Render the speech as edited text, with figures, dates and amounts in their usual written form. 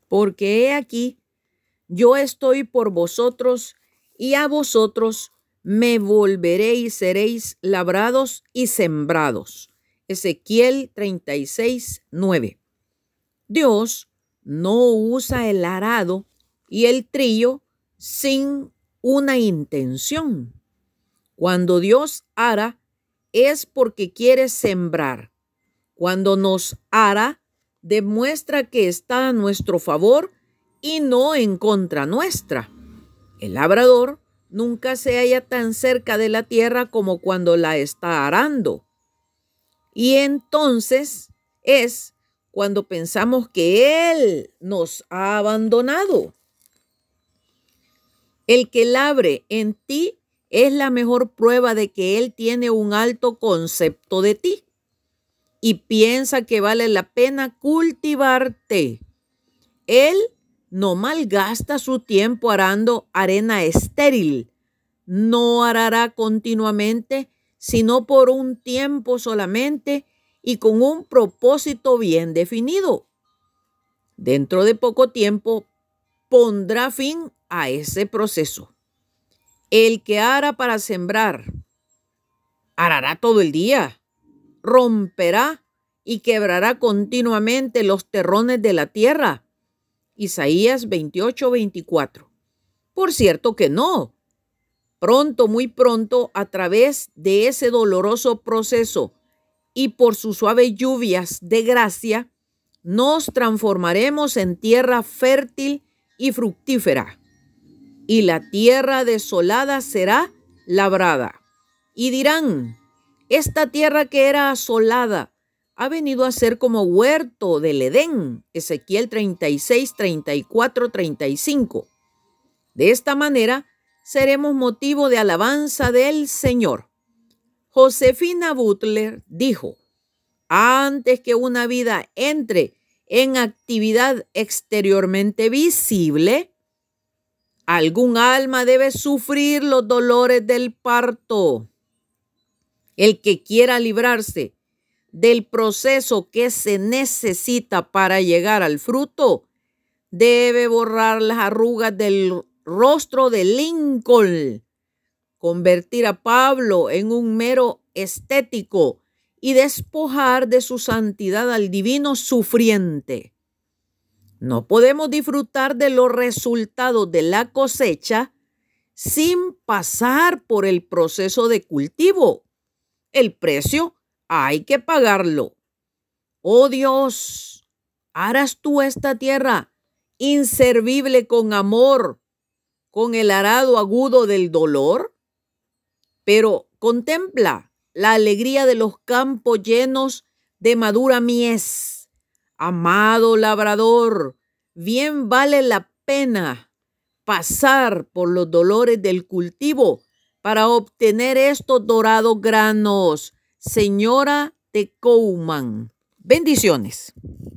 Porque he aquí, yo estoy por vosotros y a vosotros me volveré y seréis labrados y sembrados. Ezequiel 36:9. Dios no usa el arado y el trillo sin una intención. Cuando Dios ara es porque quiere sembrar. Cuando nos ara, demuestra que está a nuestro favor y no en contra nuestra. El labrador nunca se halla tan cerca de la tierra como cuando la está arando. Y entonces es cuando pensamos que Él nos ha abandonado. El que labre en ti es la mejor prueba de que Él tiene un alto concepto de ti y piensa que vale la pena cultivarte. Él no malgasta su tiempo arando arena estéril. No arará continuamente, sino por un tiempo solamente y con un propósito bien definido. Dentro de poco tiempo pondrá fin a ese proceso. El que ara para sembrar, arará todo el día, romperá y quebrará continuamente los terrones de la tierra. Isaías 28:24. Por cierto que no. Pronto, muy pronto, a través de ese doloroso proceso y por sus suaves lluvias de gracia, nos transformaremos en tierra fértil y fructífera. Y la tierra desolada será labrada. Y dirán, esta tierra que era asolada ha venido a ser como huerto del Edén. Ezequiel 36:34-35. De esta manera seremos motivo de alabanza del Señor. Josefina Butler dijo, antes que una vida entre en actividad exteriormente visible, algún alma debe sufrir los dolores del parto. El que quiera librarse del proceso que se necesita para llegar al fruto, debe borrar las arrugas del rostro de Lincoln, convertir a Pablo en un mero estético y despojar de su santidad al divino sufriente. No podemos disfrutar de los resultados de la cosecha sin pasar por el proceso de cultivo. El precio hay que pagarlo. Oh Dios, harás tú esta tierra inservible con amor, con el arado agudo del dolor. Pero contempla la alegría de los campos llenos de madura mies. Amado labrador, bien vale la pena pasar por los dolores del cultivo para obtener estos dorados granos. Señora de Couman. Bendiciones.